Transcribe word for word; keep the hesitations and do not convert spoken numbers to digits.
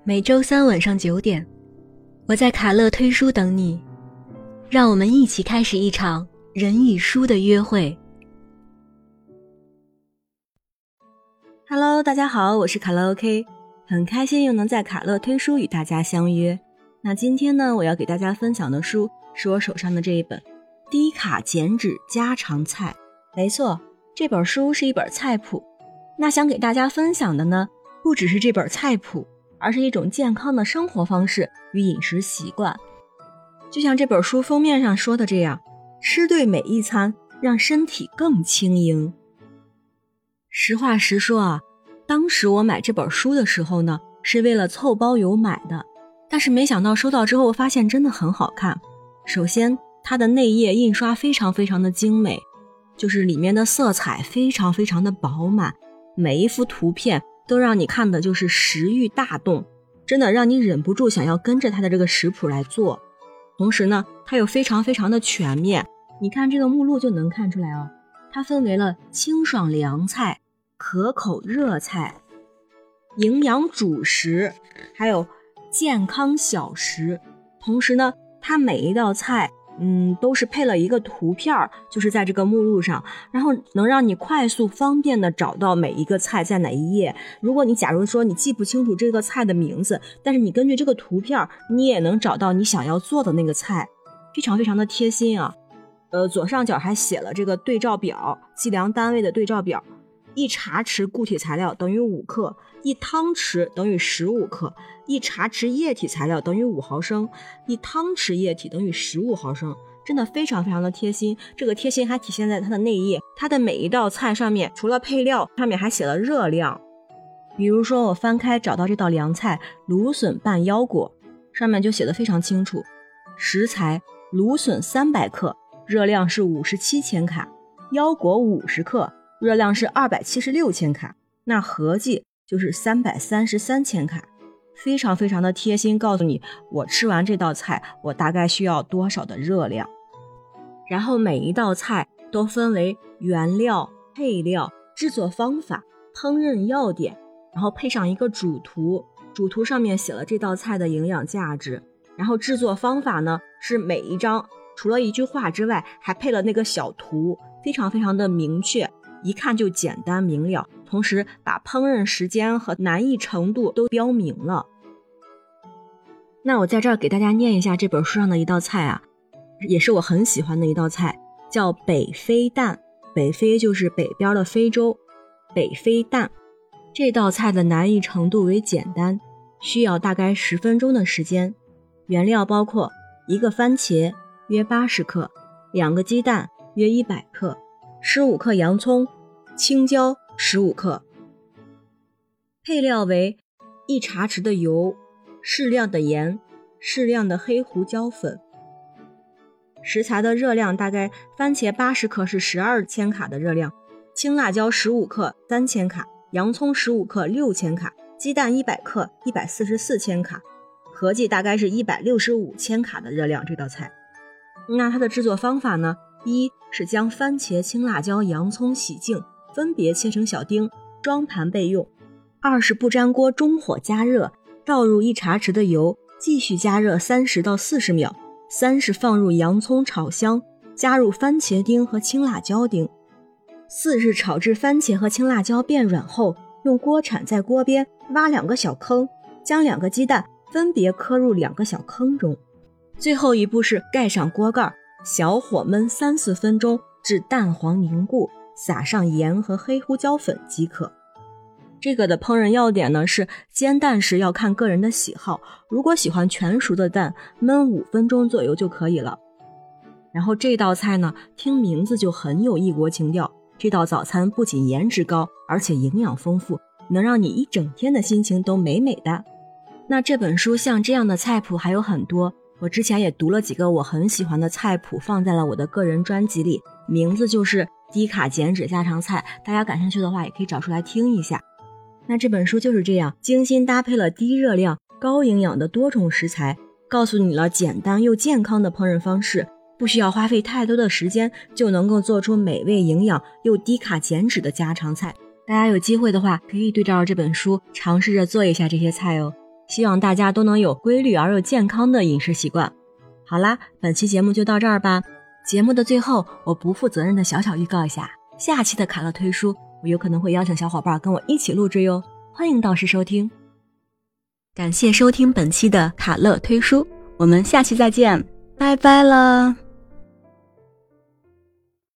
每周三晚上九点，我在卡乐推书等你，让我们一起开始一场人与书的约会。Hello， 大家好，我是卡乐 OK， 很开心又能在卡乐推书与大家相约。那今天呢，我要给大家分享的书是我手上的这一本《低卡减脂家常菜》。没错，这本书是一本菜谱。那想给大家分享的呢，不只是这本菜谱，而是一种健康的生活方式与饮食习惯。就像这本书封面上说的这样，吃对每一餐，让身体更轻盈。实话实说啊，当时我买这本书的时候呢，是为了凑包邮买的，但是没想到收到之后发现真的很好看。首先，它的内页印刷非常非常的精美，就是里面的色彩非常非常的饱满，每一幅图片都让你看的就是食欲大动，真的让你忍不住想要跟着它的这个食谱来做。同时呢，它又非常非常的全面，你看这个目录就能看出来哦，它分为了清爽凉菜、可口热菜、营养主食，还有健康小食。同时呢，它每一道菜嗯，都是配了一个图片，就是在这个目录上，然后能让你快速方便的找到每一个菜在哪一页。如果你假如说你记不清楚这个菜的名字，但是你根据这个图片，你也能找到你想要做的那个菜，非常非常的贴心啊。呃，左上角还写了这个对照表，计量单位的对照表，一茶匙固体材料等于五克，一汤匙等于十五克，一茶匙液体材料等于五毫升，一汤匙液体等于十五毫升，真的非常非常的贴心。这个贴心还体现在它的内页，它的每一道菜上面除了配料，上面还写了热量。比如说我翻开找到这道凉菜芦笋拌腰果，上面就写的非常清楚，食材芦笋三百克，热量是五十七千卡，腰果五十克，热量是二百七十六千卡，那合计就是三百三十三千卡，非常非常的贴心，告诉你我吃完这道菜我大概需要多少的热量。然后每一道菜都分为原料、配料、制作方法、烹饪要点，然后配上一个主图，主图上面写了这道菜的营养价值。然后制作方法呢，是每一张除了一句话之外还配了那个小图，非常非常的明确，一看就简单明了，同时把烹饪时间和难易程度都标明了。那我在这儿给大家念一下这本书上的一道菜啊，也是我很喜欢的一道菜，叫北非蛋。北非就是北边的非洲，北非蛋。这道菜的难易程度为简单，需要大概十分钟的时间。原料包括一个番茄约八十克，两个鸡蛋约一百克，十五克洋葱，青椒十五克。配料为一茶匙的油，适量的盐，适量的黑胡椒粉。食材的热量大概番茄八十克是十二千卡的热量，青辣椒十五克三千卡，洋葱十五克六千卡，鸡蛋一百克一百四十四千卡，合计大概是一百六十五千卡的热量。这道菜那它的制作方法呢，一是将番茄、青辣椒、洋葱洗净，分别切成小丁，装盘备用。二是不粘锅中火加热，倒入一茶匙的油，继续加热三十到四十秒。三是放入洋葱炒香，加入番茄丁和青辣椒丁。四是炒至番茄和青辣椒变软后，用锅铲在锅边挖两个小坑，将两个鸡蛋分别磕入两个小坑中。最后一步是盖上锅盖，小火焖三四分钟至蛋黄凝固，撒上盐和黑胡椒粉即可。这个的烹饪要点呢是煎蛋时要看个人的喜好，如果喜欢全熟的蛋，焖五分钟左右就可以了。然后这道菜呢，听名字就很有异国情调，这道早餐不仅颜值高，而且营养丰富，能让你一整天的心情都美美的。那这本书像这样的菜谱还有很多，我之前也读了几个我很喜欢的菜谱，放在了我的个人专辑里，名字就是低卡减脂家常菜，大家感兴趣的话也可以找出来听一下。那这本书就是这样，精心搭配了低热量、高营养的多种食材，告诉你了简单又健康的烹饪方式，不需要花费太多的时间，就能够做出美味营养又低卡减脂的家常菜。大家有机会的话，可以对照这本书尝试着做一下这些菜哦。 希望大家都能有规律而又健康的饮食习惯。好啦，本期节目就到这儿吧。节目的最后，我不负责任的小小预告一下，下期的卡乐推书我有可能会邀请小伙伴跟我一起录制哟，欢迎到时收听。感谢收听本期的卡乐推书，我们下期再见，拜拜了。